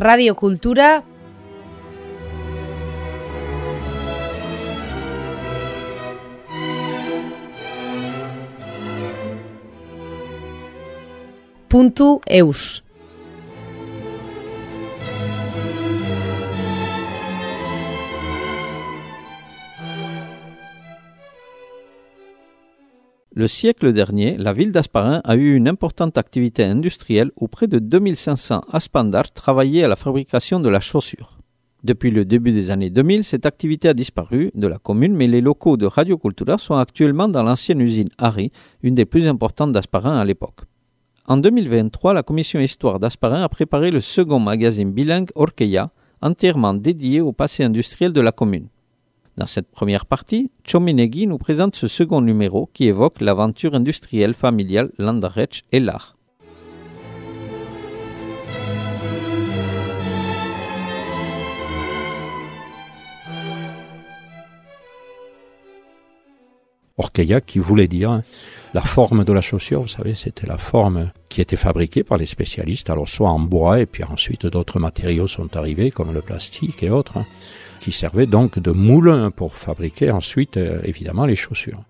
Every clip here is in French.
radiokultura .eus. Le siècle dernier, la ville d'Hasparren a eu une importante activité industrielle où près de 2500 Haspandards travaillaient à la fabrication de la chaussure. Depuis le début des années 2000, cette activité a disparu de la commune, mais les locaux de Radio Cultura sont actuellement dans l'ancienne usine Harry, une des plus importantes d'Hasparren à l'époque. En 2023, la commission Histoire d'Hasparren a préparé le second magazine bilingue Orkeia, entièrement dédié au passé industriel de la commune. Dans cette première partie, Txominegi nous présente ce second numéro qui évoque l'aventure industrielle familiale Landarech et l'art. Orkeia qui voulait dire la forme de la chaussure, vous savez, c'était la forme qui était fabriquée par les spécialistes, alors soit en bois et puis ensuite d'autres matériaux sont arrivés comme le plastique et autres, qui servaient donc de moule pour fabriquer ensuite évidemment les chaussures.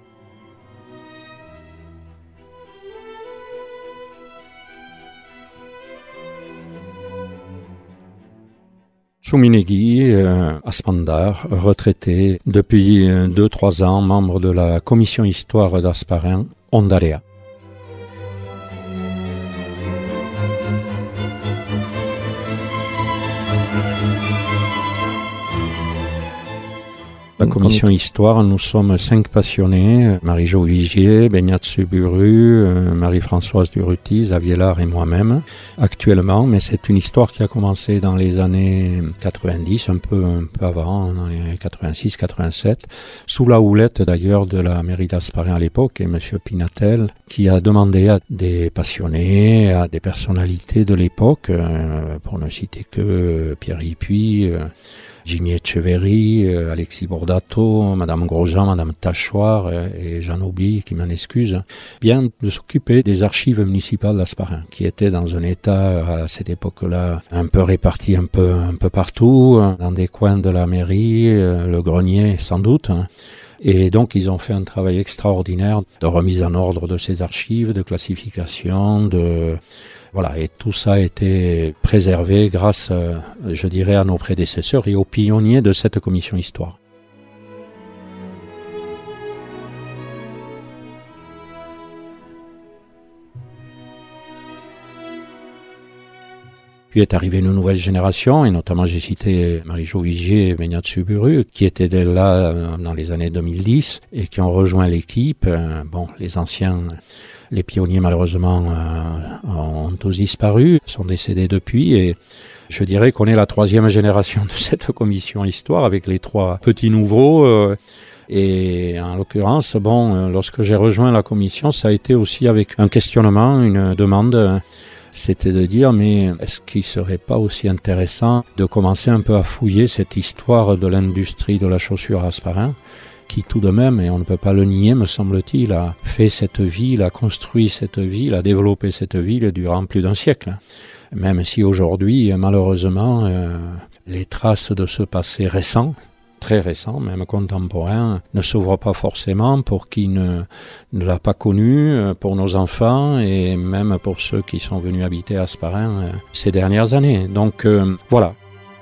Txominegi, Haspandar, retraité depuis 2-3 ans, membre de la commission Histoire d'Hasparren, Ondarea. La commission Histoire, nous sommes 5 passionnés, Marie-Jo Vigier, Benyatsu Buru, Marie-Françoise Duruti, Xavier Lard et moi-même, actuellement, mais c'est une histoire qui a commencé dans les années 90, un peu avant, dans les 86-87, sous la houlette d'ailleurs de la mairie d'Hasparren à l'époque, et monsieur Pinatel, qui a demandé à des passionnés, à des personnalités de l'époque, pour ne citer que Pierre Ipuis, Jimmy Etcheverry, Alexis Bordato, Madame Grosjean, Madame Tachoir et Jean Auby, qui m'en excuse, bien de s'occuper des archives municipales d'Hasparren, qui étaient dans un état à cette époque-là un peu réparti un peu partout, dans des coins de la mairie, le grenier sans doute. Et donc ils ont fait un travail extraordinaire de remise en ordre de ces archives, de classification, Voilà, et tout ça a été préservé grâce, je dirais, à nos prédécesseurs et aux pionniers de cette commission Histoire. Puis est arrivée une nouvelle génération, et notamment j'ai cité Marie-Jo Vigier et Benyatsu Buru, qui étaient là dans les années 2010 et qui ont rejoint l'équipe. Les anciens... Les pionniers, malheureusement, ont tous disparu, sont décédés depuis, et je dirais qu'on est la 3e génération de cette commission Histoire, avec les 3 petits nouveaux. Et en l'occurrence, lorsque j'ai rejoint la commission, ça a été aussi avec un questionnement, une demande. C'était de dire, mais est-ce qu'il serait pas aussi intéressant de commencer un peu à fouiller cette histoire de l'industrie de la chaussure à Hasparren, qui tout de même, et on ne peut pas le nier, me semble-t-il, a fait cette ville, a construit cette ville, a développé cette ville durant plus d'un siècle. Même si aujourd'hui, malheureusement, les traces de ce passé récent, très récent, même contemporain, ne s'ouvrent pas forcément pour qui ne l'a pas connu, pour nos enfants et même pour ceux qui sont venus habiter à Hasparren ces dernières années. Donc voilà.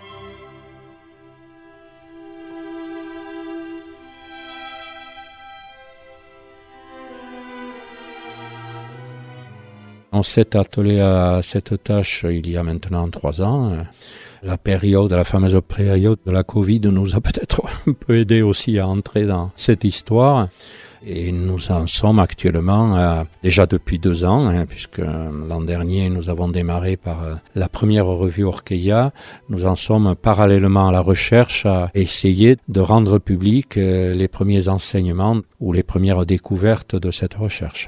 On s'est attelé à cette tâche il y a maintenant 3 ans. La fameuse période de la Covid nous a peut-être un peu aidé aussi à entrer dans cette histoire. Et nous en sommes actuellement, déjà depuis 2 ans, puisque l'an dernier nous avons démarré par la première revue Orkeia. Nous en sommes parallèlement à la recherche à essayer de rendre public les premiers enseignements ou les premières découvertes de cette recherche.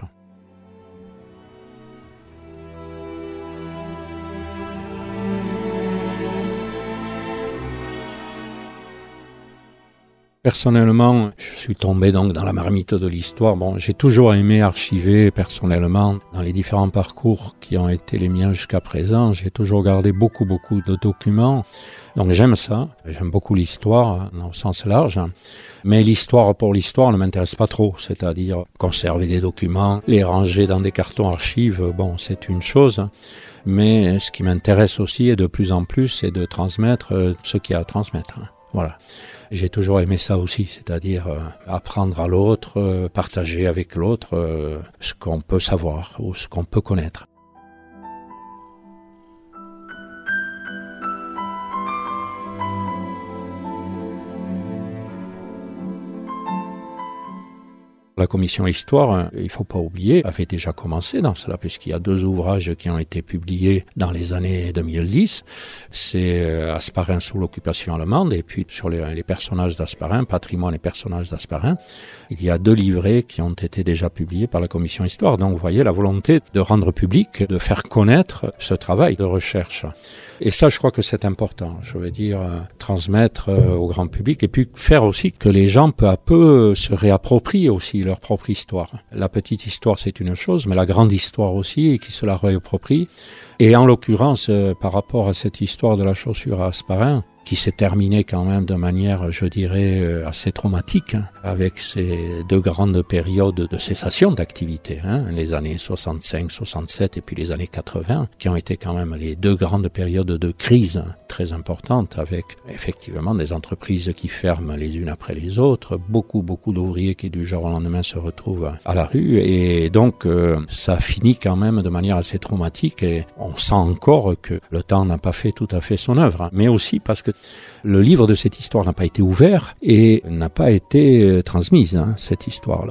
Personnellement, je suis tombé donc dans la marmite de l'histoire. Bon, j'ai toujours aimé archiver personnellement dans les différents parcours qui ont été les miens jusqu'à présent. J'ai toujours gardé beaucoup de documents. Donc j'aime ça. J'aime beaucoup l'histoire, au sens large. Mais l'histoire pour l'histoire ne m'intéresse pas trop. C'est-à-dire conserver des documents, les ranger dans des cartons archives, bon, c'est une chose. Mais ce qui m'intéresse aussi, et de plus en plus, c'est de transmettre ce qu'il y a à transmettre. Voilà. J'ai toujours aimé ça aussi, c'est-à-dire apprendre à l'autre, partager avec l'autre ce qu'on peut savoir ou ce qu'on peut connaître. La commission Histoire, il ne faut pas oublier, avait déjà commencé dans cela, puisqu'il y a 2 ouvrages qui ont été publiés dans les années 2010. C'est Hasparin sous l'occupation allemande, et puis sur les personnages d'Hasparin, patrimoine et personnages d'Hasparin. Il y a 2 livrets qui ont été déjà publiés par la commission Histoire. Donc vous voyez la volonté de rendre public, de faire connaître ce travail de recherche. Et ça, je crois que c'est important. Je veux dire, transmettre au grand public et puis faire aussi que les gens, peu à peu, se réapproprient aussi leur propre histoire. La petite histoire, c'est une chose, mais la grande histoire aussi, et qui se la réapproprie. Et en l'occurrence, par rapport à cette histoire de la chaussure à Hasparin, qui s'est terminée quand même de manière, je dirais, assez traumatique, avec ces 2 grandes périodes de cessation d'activité, les années 65, 67 et puis les années 80, qui ont été quand même les 2 grandes périodes de crise très importantes, avec effectivement des entreprises qui ferment les unes après les autres, beaucoup d'ouvriers qui du jour au lendemain se retrouvent à la rue, et donc ça finit quand même de manière assez traumatique, et on sent encore que le temps n'a pas fait tout à fait son œuvre, mais aussi parce que le livre de cette histoire n'a pas été ouvert et n'a pas été transmise, cette histoire-là.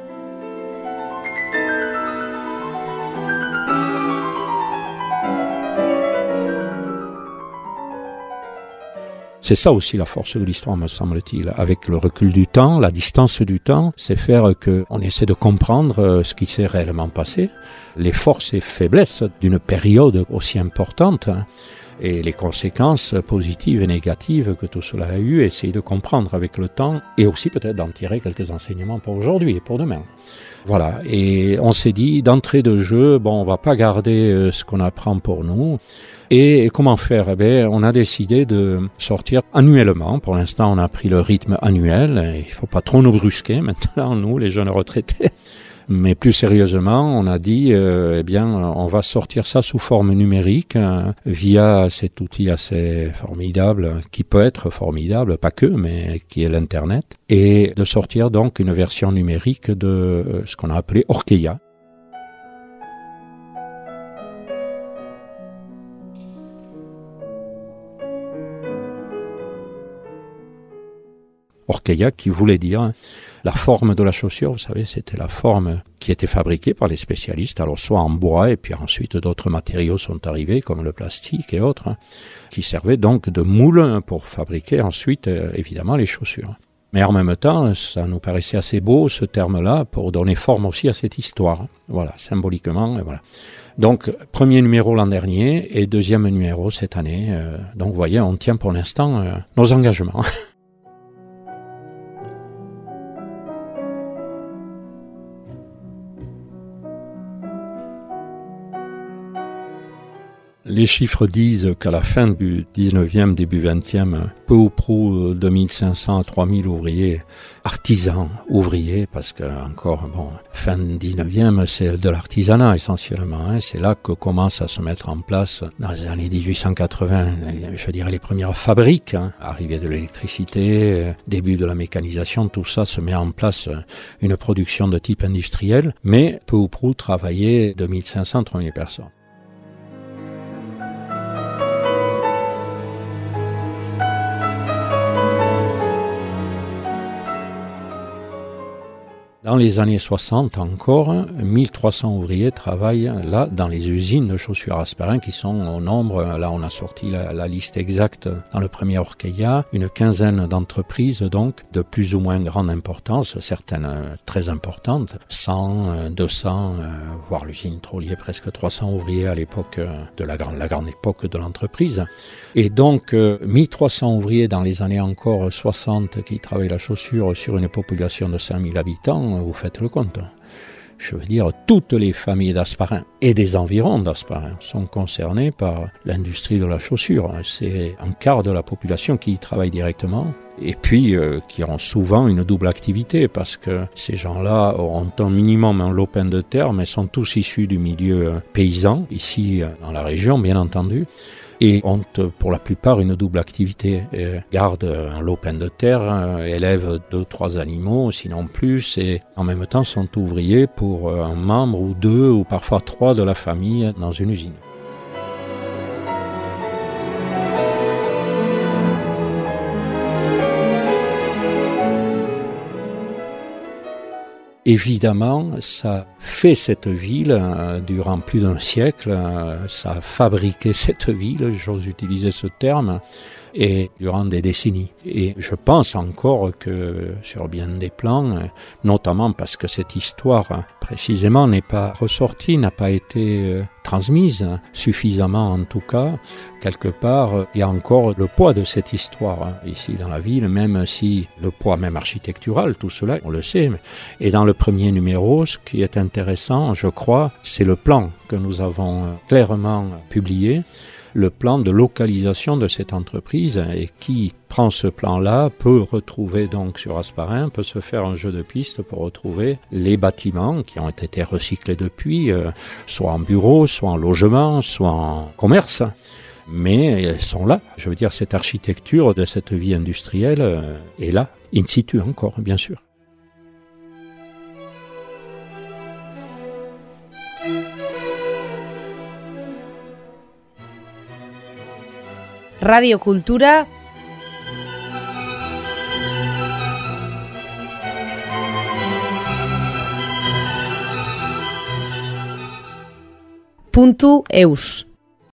C'est ça aussi la force de l'histoire, me semble-t-il. Avec le recul du temps, la distance du temps, c'est faire qu'on essaie de comprendre ce qui s'est réellement passé, les forces et faiblesses d'une période aussi importante, et les conséquences positives et négatives que tout cela a eu, essayer de comprendre avec le temps, et aussi peut-être d'en tirer quelques enseignements pour aujourd'hui et pour demain. Voilà, et on s'est dit, d'entrée de jeu, on va pas garder ce qu'on apprend pour nous. Et comment faire? On a décidé de sortir annuellement. Pour l'instant, on a pris le rythme annuel. Il faut pas trop nous brusquer maintenant, nous, les jeunes retraités. Mais plus sérieusement, on a dit, on va sortir ça sous forme numérique via cet outil assez formidable, qui peut être formidable, pas que, mais qui est l'Internet, et de sortir donc une version numérique de ce qu'on a appelé Orkeia. Orkeia qui voulait dire la forme de la chaussure, vous savez, c'était la forme qui était fabriquée par les spécialistes, alors soit en bois et puis ensuite d'autres matériaux sont arrivés comme le plastique et autres, qui servaient donc de moule pour fabriquer ensuite évidemment les chaussures. Mais en même temps, ça nous paraissait assez beau ce terme-là pour donner forme aussi à cette histoire. Voilà, symboliquement, voilà. Donc, premier numéro l'an dernier et deuxième numéro cette année. Donc, vous voyez, on tient pour l'instant nos engagements. Les chiffres disent qu'à la fin du 19e, début 20e, peu ou prou 2500 à 3000 ouvriers, artisans ouvriers, parce que encore, fin 19e, c'est de l'artisanat essentiellement. C'est là que commence à se mettre en place, dans les années 1880, je dirais les premières fabriques, arrivée de l'électricité, début de la mécanisation, tout ça se met en place, une production de type industriel, mais peu ou prou travaillaient 2500 à 3000 personnes. Dans les années 60 encore, 1300 ouvriers travaillent là dans les usines de chaussures Asperin qui sont au nombre, là on a sorti la liste exacte dans le premier Orkeia, une quinzaine d'entreprises donc de plus ou moins grande importance, certaines très importantes, 100, 200, voire l'usine Trollier presque 300 ouvriers à l'époque de la grande époque de l'entreprise. Et donc 1300 ouvriers dans les années encore 60 qui travaillent la chaussure sur une population de 5000 habitants, vous faites le compte. Je veux dire, toutes les familles d'Asparin et des environs d'Asparin sont concernées par l'industrie de la chaussure. C'est un quart de la population qui y travaille directement et puis qui ont souvent une double activité parce que ces gens-là ont un minimum un lopin de terre mais sont tous issus du milieu paysan, ici dans la région bien entendu. Et ont pour la plupart une double activité. Gardent un lopin de terre, élèvent 2-3 animaux, sinon plus, et en même temps sont ouvriers pour un membre ou 2 ou parfois 3 de la famille dans une usine. Évidemment, ça fait cette ville durant plus d'un siècle, ça a fabriqué cette ville, j'ose utiliser ce terme, et durant des décennies. Et je pense encore que sur bien des plans, notamment parce que cette histoire précisément n'est pas ressortie, n'a pas été transmise suffisamment en tout cas, quelque part il y a encore le poids de cette histoire ici dans la ville, même si le poids même architectural, tout cela on le sait. Et dans le premier numéro, ce qui est intéressant, je crois, c'est le plan que nous avons clairement publié, le plan de localisation de cette entreprise, et qui prend ce plan-là peut retrouver donc sur Asparin, peut se faire un jeu de piste pour retrouver les bâtiments qui ont été recyclés depuis, soit en bureaux, soit en logement, soit en commerce. Mais elles sont là. Je veux dire, cette architecture de cette vie industrielle est là, in situ encore, bien sûr. Radio Cultura .eus